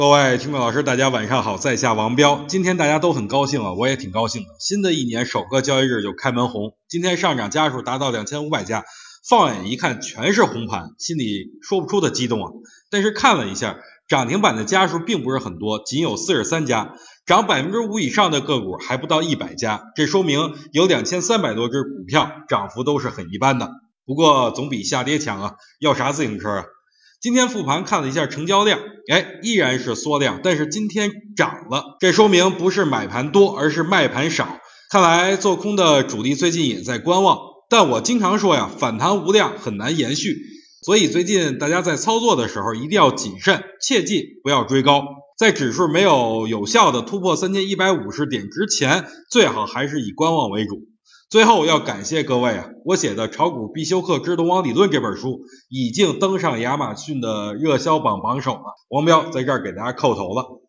各位听众老师，大家晚上好，在下王彪。今天大家都很高兴啊，我也挺高兴的。新的一年首个交易日就开门红，今天上涨家数达到2500家，放眼一看全是红盘，心里说不出的激动啊。但是看了一下，涨停板的家数并不是很多，仅有43家，涨 5% 以上的个股还不到100家，这说明有2300多只股票涨幅都是很一般的。不过总比下跌强啊，要啥自行车啊？今天复盘看了一下成交量，依然是缩量，但是今天涨了，这说明不是买盘多，而是卖盘少。看来做空的主力最近也在观望，但我经常说呀，反弹无量，很难延续。所以最近大家在操作的时候一定要谨慎，切记不要追高。在指数没有有效的突破3150点之前，最好还是以观望为主。最后要感谢各位啊，我写的《炒股必修课之龙王理论》这本书已经登上亚马逊的热销榜榜首了，王彪在这儿给大家叩头了。